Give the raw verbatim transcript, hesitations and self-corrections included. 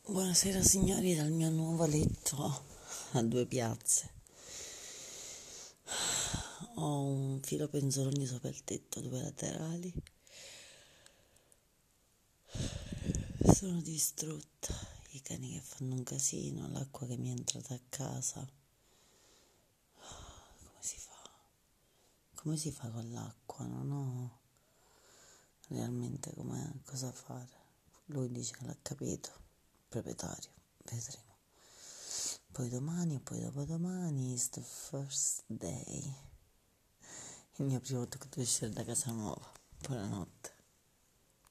Buonasera signori dal mio nuovo letto a due piazze. Ho un filo penzoloni sopra il tetto, due laterali. Sono distrutta, i cani che fanno un casino, l'acqua che mi è entrata a casa. Come si fa? Come si fa con l'acqua? Non ho realmente come, cosa fare. Lui dice che l'ha capito, il proprietario, vedremo. Poi domani e poi dopodomani is the first day. Il mio primo tocco di uscire da casa nuova. Buonanotte.